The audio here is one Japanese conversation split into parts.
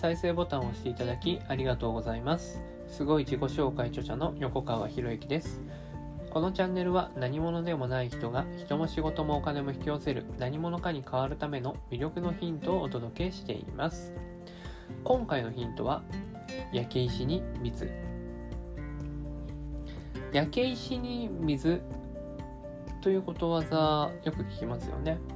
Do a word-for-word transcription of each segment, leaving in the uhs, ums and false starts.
再生ボタンを押していただきありがとうございます。すごい自己紹介著者の横川博之です。このチャンネルは何者でもない人が人も仕事もお金も引き寄せる何者かに変わるための魅力のヒントをお届けしています。今回のヒントは焼け石に水。焼け石に水ということわざよく聞きますよね。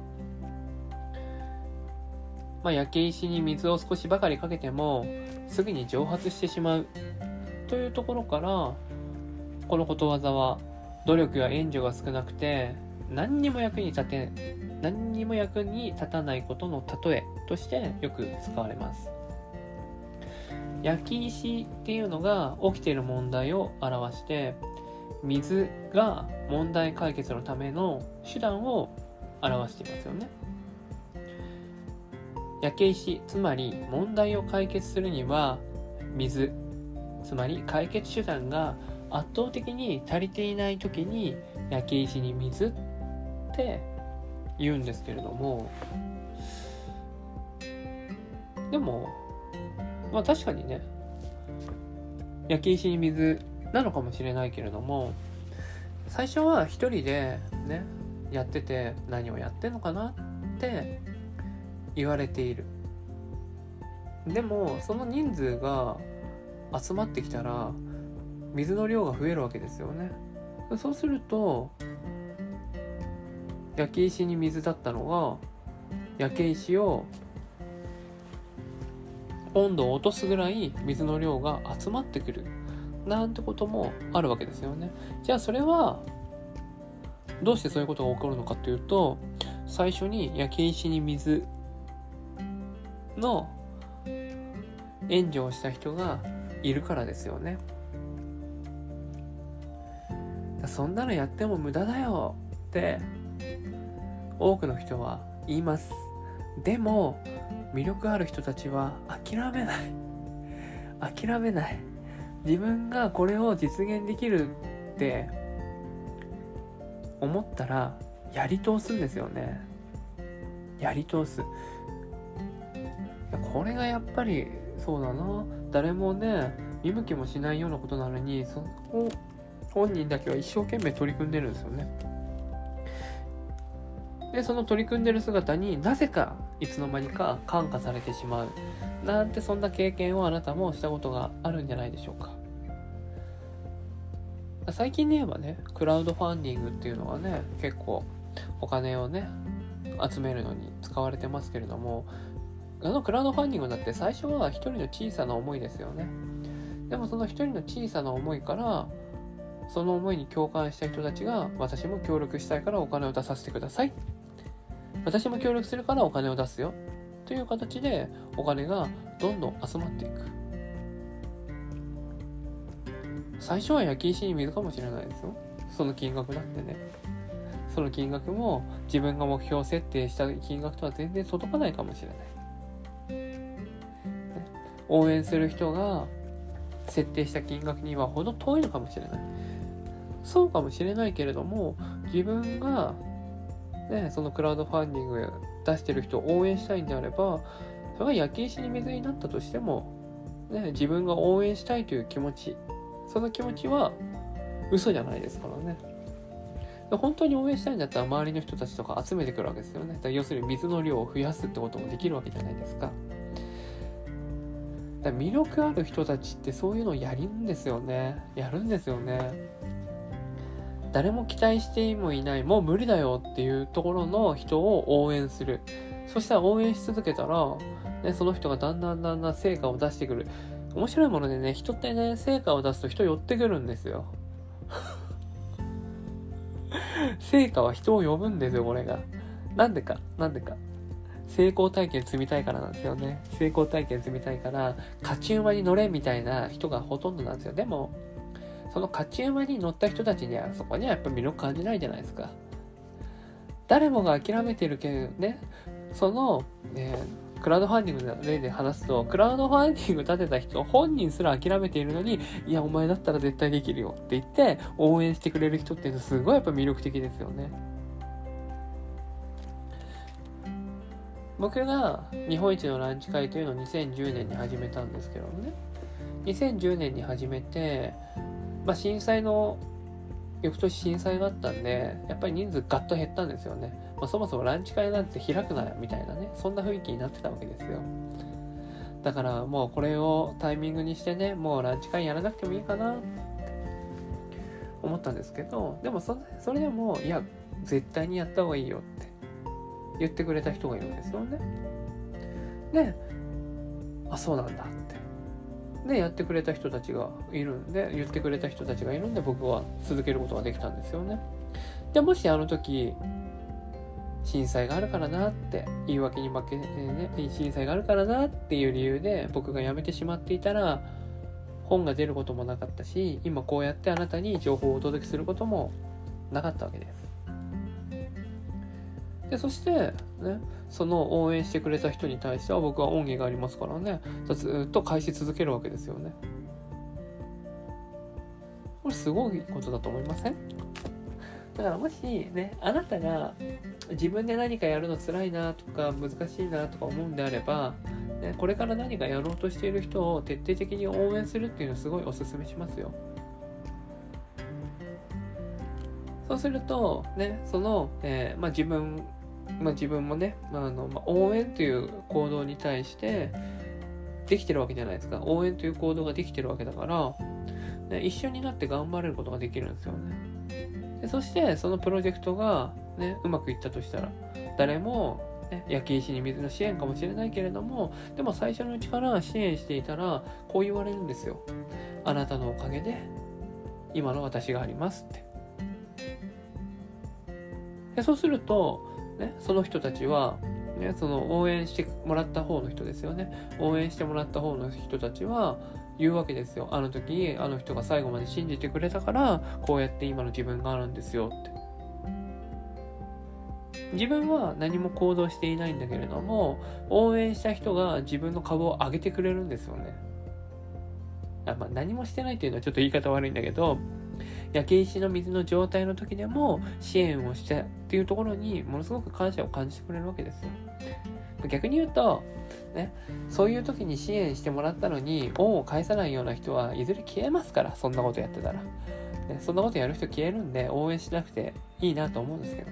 まあ、焼け石に水を少しばかりかけてもすぐに蒸発してしまうというところから、このことわざは努力や援助が少なくて何にも役に立て何にも役に立たないことの例えとしてよく使われます。焼き石っていうのが起きている問題を表して、水が問題解決のための手段を表していますよね。焼け石、つまり問題を解決するには水、つまり解決手段が圧倒的に足りていないときに焼け石に水って言うんですけれども、でもまあ確かにね、焼け石に水なのかもしれないけれども、最初は一人でねやってて何をやってんのかなって言われている。でもその人数が集まってきたら水の量が増えるわけですよね。そうすると焼け石に水だったのが焼け石を温度を落とすぐらい水の量が集まってくるなんてこともあるわけですよね。じゃあそれはどうしてそういうことが起こるのかというと、最初に焼け石に水の援助をした人がいるからですよね。そんなのやっても無駄だよって多くの人は言います。でも魅力ある人たちは諦めない諦めない自分がこれを実現できるって思ったらやり通すんですよね。やり通す。これがやっぱりそうだな、誰もね見向きもしないようなことなのに、そこ本人だけは一生懸命取り組んでるんですよね。でその取り組んでる姿になぜかいつの間にか感化されてしまうなんて、そんな経験をあなたもしたことがあるんじゃないでしょうか。最近で言えばね、クラウドファンディングっていうのはね結構お金をね集めるのに使われてますけれども、あのクラウドファンディングだって最初は一人の小さな思いですよね。でもその一人の小さな思いから、その思いに共感した人たちが、私も協力したいからお金を出させてください、私も協力するからお金を出すよという形でお金がどんどん集まっていく。最初は焼き石に水かもしれないですよ。その金額だってね、その金額も自分が目標設定した金額とは全然届かないかもしれない。応援する人が設定した金額にはほど遠いのかもしれない。そうかもしれないけれども、自分が、ね、そのクラウドファンディング出してる人を応援したいんであれば、それが焼き石に水になったとしても、ね、自分が応援したいという気持ち、その気持ちは嘘じゃないですからね。本当に応援したいんだったら周りの人たちとか集めてくるわけですよね。だから要するに水の量を増やすってこともできるわけじゃないですか。だから魅力ある人たちってそういうのをやるんですよね。やるんですよね。誰も期待してもいない、もう無理だよっていうところの人を応援する。そしたら応援し続けたら、ね、その人がだんだんだんだん成果を出してくる。面白いものでね、人ってね、成果を出すと人寄ってくるんですよ。成果は人を呼ぶんですよ、これが。なんでか、なんでか。成功体験積みたいからなんですよね。成功体験積みたいから、勝ち馬に乗れみたいな人がほとんどなんですよ。でも、その勝ち馬に乗った人たちには、そこにはやっぱ魅力感じないじゃないですか。誰もが諦めてるけどね、その、ね、クラウドファンディングの例で話すと、クラウドファンディング立てた人本人すら諦めているのに、いやお前だったら絶対できるよって言って応援してくれる人っていうのはすごいやっぱ魅力的ですよね。 僕が日本一のランチ会というのをにせんじゅうねんに始めたんですけどね。にせんじゅうねんに始めて、まあ、震災の翌年震災があったんで、やっぱり人数ガッと減ったんですよね。まあ、そもそもランチ会なんて開くなよみたいなね、そんな雰囲気になってたわけですよ。だからもうこれをタイミングにしてね、もうランチ会やらなくてもいいかなって思ったんですけど、でも そ, それでもいや絶対にやった方がいいよって言ってくれた人がいるんですよね。で、あ、そうなんだってでやってくれた人たちがいるんで言ってくれた人たちがいるんで僕は続けることができたんですよね。でもしあの時震災があるからなって言い訳に負けてね、震災があるからなっていう理由で僕が辞めてしまっていたら本が出ることもなかったし、今こうやってあなたに情報をお届けすることもなかったわけです。でそしてね、その応援してくれた人に対しては僕は恩義がありますからね、ずっと返し続けるわけですよね。これすごいことだと思いません？だからもしね、あなたが自分で何かやるの辛いなとか難しいなとか思うんであれば、ね、これから何かやろうとしている人を徹底的に応援するっていうのをすごいお勧めしますよ。そうするとね、その、えーまあ、自分、まあ、自分もね、まああのまあ、応援という行動に対してできてるわけじゃないですか。応援という行動ができてるわけだから、ね、一緒になって頑張れることができるんですよね。でそしてそのプロジェクトが、ね、うまくいったとしたら、誰も、ね、焼き石に水の支援かもしれないけれども、でも最初のうちから支援していたらこう言われるんですよ。あなたのおかげで今の私がありますって。でそうすると、ね、その人たちは、ね、その応援してもらった方の人ですよね。応援してもらった方の人たちは言うわけですよ。あの時あの人が最後まで信じてくれたからこうやって今の自分があるんですよって。自分は何も行動していないんだけれども、応援した人が自分の株を上げてくれるんですよね。あ、まあ、何もしてないっていうのはちょっと言い方悪いんだけど、焼け石の水の状態の時でも支援をしたっていうところにものすごく感謝を感じてくれるわけですよ。逆に言うと、ね、そういう時に支援してもらったのに恩を返さないような人はいずれ消えますから、そんなことやってたら、ね、そんなことやる人消えるんで応援しなくていいなと思うんですけどね。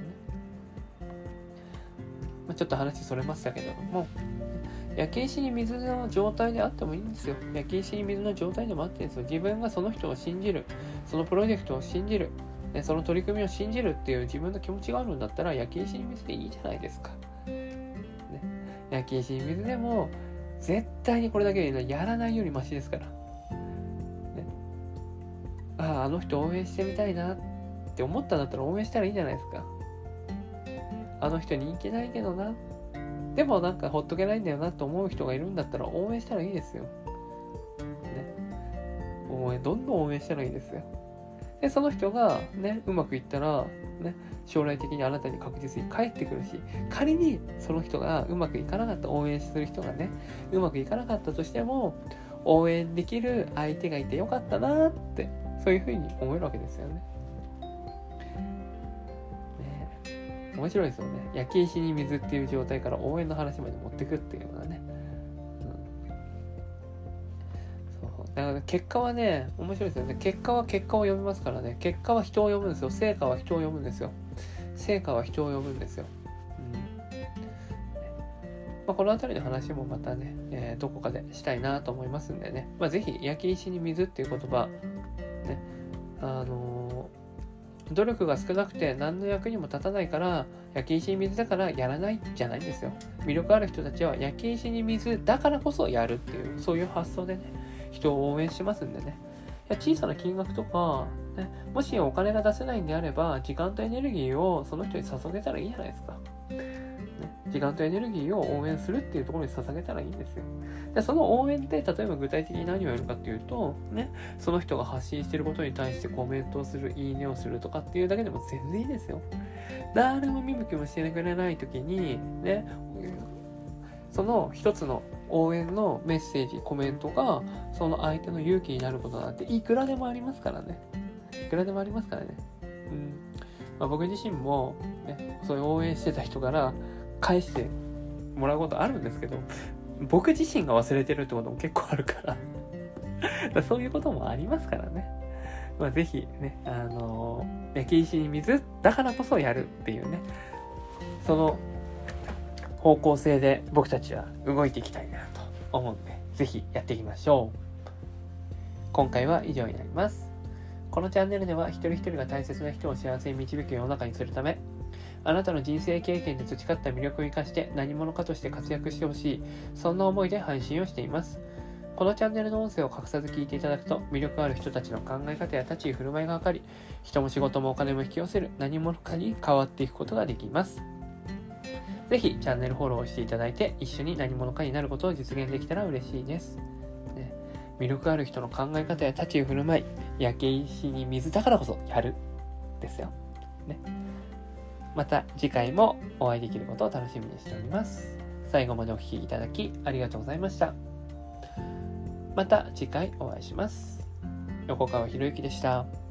まあ、ちょっと話それましたけども、焼け石に水の状態であってもいいんですよ。焼け石に水の状態でもあっていいんですよ。自分がその人を信じる、そのプロジェクトを信じる、ね、その取り組みを信じるっていう自分の気持ちがあるんだったら、焼け石に水でいいじゃないですか。ね、焼け石に水でも絶対にこれだけでやらないよりマシですから。ね、ああ、あの人応援してみたいなって思ったんだったら応援したらいいじゃないですか。あの人人気ないけどな、でもなんかほっとけないんだよなと思う人がいるんだったら応援したらいいですよ。ね、応援どんどん応援したらいいですよ。でその人がねうまくいったらね、将来的にあなたに確実に返ってくるし、仮にその人がうまくいかなかった、応援する人がねうまくいかなかったとしても、応援できる相手がいてよかったなって、そういうふうに思えるわけですよね。面白いですよね。焼き石に水っていう状態から応援の話まで持ってくっていうのはね、うん、そうだから結果はね面白いですよね。結果は結果を読みますからね。結果は人を読むんですよ。成果は人を読むんですよ。成果は人を読むんですよ。うんまあ、このあたりの話もまたね、えー、どこかでしたいなと思いますんでね、まあ、ぜひ焼き石に水っていう言葉ね、あのー努力が少なくて何の役にも立たないから焼き石に水だからやらないじゃないんですよ。魅力ある人たちは焼き石に水だからこそやるっていう、そういう発想でね人を応援しますんでね。いや小さな金額とか、ね、もしお金が出せないんであれば時間とエネルギーをその人に捧げたらいいじゃないですか。時間とエネルギーを応援するっていうところに捧げたらいいんですよ。でその応援って例えば具体的に何をやるかっていうとね、その人が発信していることに対してコメントをする、いいねをするとかっていうだけでも全然いいですよ。誰も見向きもしてくれない時にね、その一つの応援のメッセージ、コメントがその相手の勇気になることなんていくらでもありますからね。いくらでもありますからね。うんまあ、僕自身も、ね、そういう応援してた人から返してもらうことあるんですけど、僕自身が忘れてるってことも結構あるからそういうこともありますからね。まあぜひね、あのー、焼け石に水だからこそやるっていうね、その方向性で僕たちは動いていきたいなと思うんで、ぜひやっていきましょう。今回は以上になります。このチャンネルでは一人一人が大切な人を幸せに導く世の中にするため、あなたの人生経験で培った魅力を生かして何者かとして活躍してほしい、そんな思いで配信をしています。このチャンネルの音声を隠さず聞いていただくと、魅力ある人たちの考え方や立ち居振る舞いが分かり、人も仕事もお金も引き寄せる何者かに変わっていくことができます。ぜひチャンネルフォローをしていただいて、一緒に何者かになることを実現できたら嬉しいです。ね、魅力ある人の考え方や立ち居振る舞い、焼け石に水だからこそやるですよ。ね。また次回もお会いできることを楽しみにしております。最後までお聞きいただきありがとうございました。また次回お会いします。横川博之でした。